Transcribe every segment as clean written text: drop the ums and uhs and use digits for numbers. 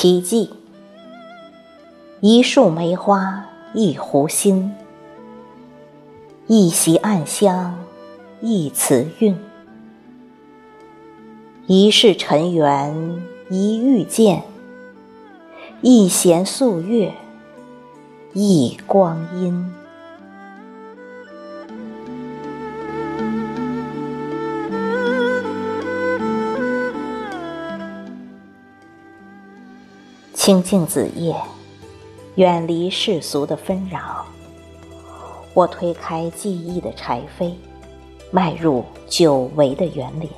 题记：一束梅花一壶心，一席暗香一词韵，一世尘缘一遇见，一弦素月一光阴。清净子夜，远离世俗的纷扰，我推开记忆的柴扉，迈入久违的园林。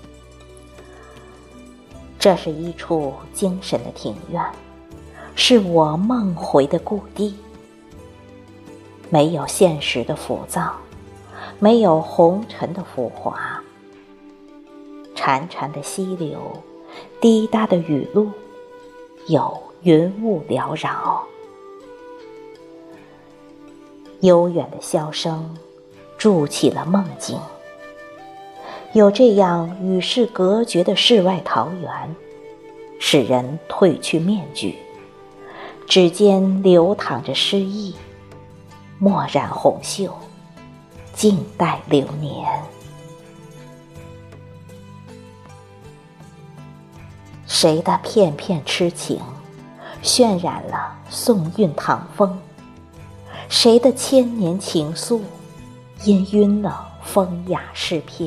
这是一处精神的庭院，是我梦回的故地。没有现实的浮躁，没有红尘的浮华，潺潺的溪流，滴答的雨露，有云雾缭绕，悠远的箫声筑起了梦境。有这样与世隔绝的世外桃源，使人褪去面具，指尖流淌着诗意，墨染红袖，静待流年。谁的片片痴情渲染了宋韵唐风，谁的千年情愫氤氲了风雅诗篇。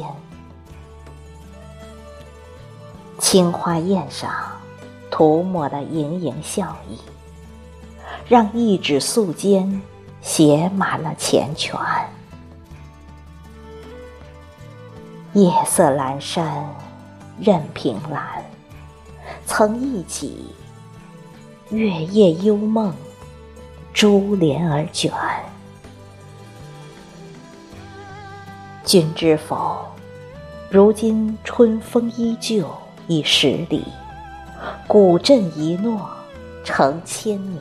青花宴上涂抹了盈盈笑意，让一纸素笺写满了缱绻。夜色阑珊任凭栏，曾一起月夜幽梦，珠帘而卷。君知否，如今春风依旧已10里，古镇一诺成千年。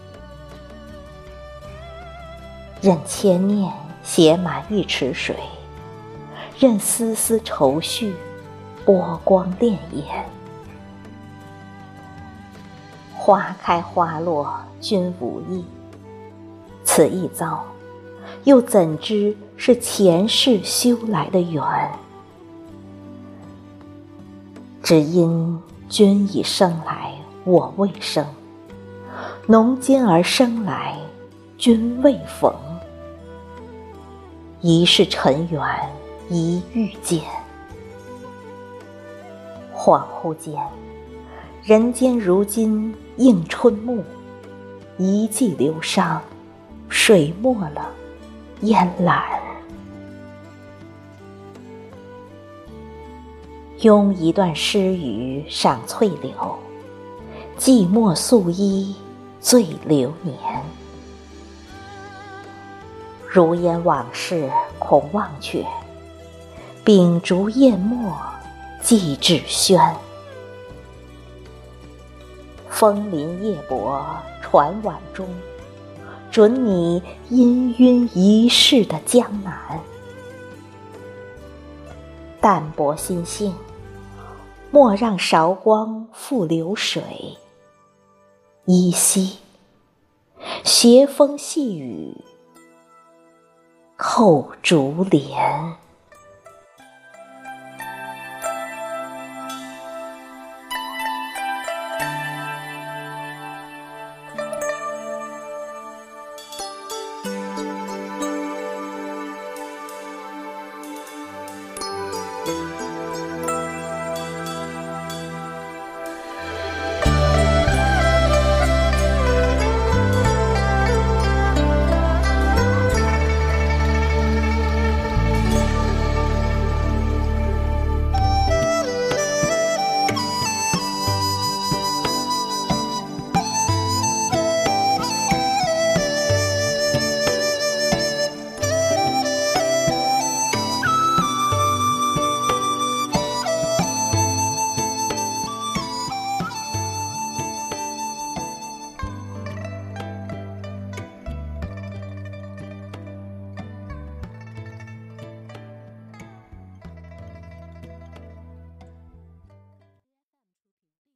任千念写满一池水，任丝丝愁绪波光潋滟。花开花落君无意，此一遭，又怎知是前世修来的缘？只因君已生来我未生，侬今而生来君未逢。一世尘缘一遇见，恍惚间，人间如今映春暮，一骑流觞，水没了烟澜。拥一段诗语赏翠柳，寂寞素衣醉流年。如烟往事恐忘却，秉烛砚墨寄纸轩。枫林夜泊船晚中，准你氤氲一世的江南。淡泊心性，莫让韶光负流水，依稀斜风细雨扣竹帘。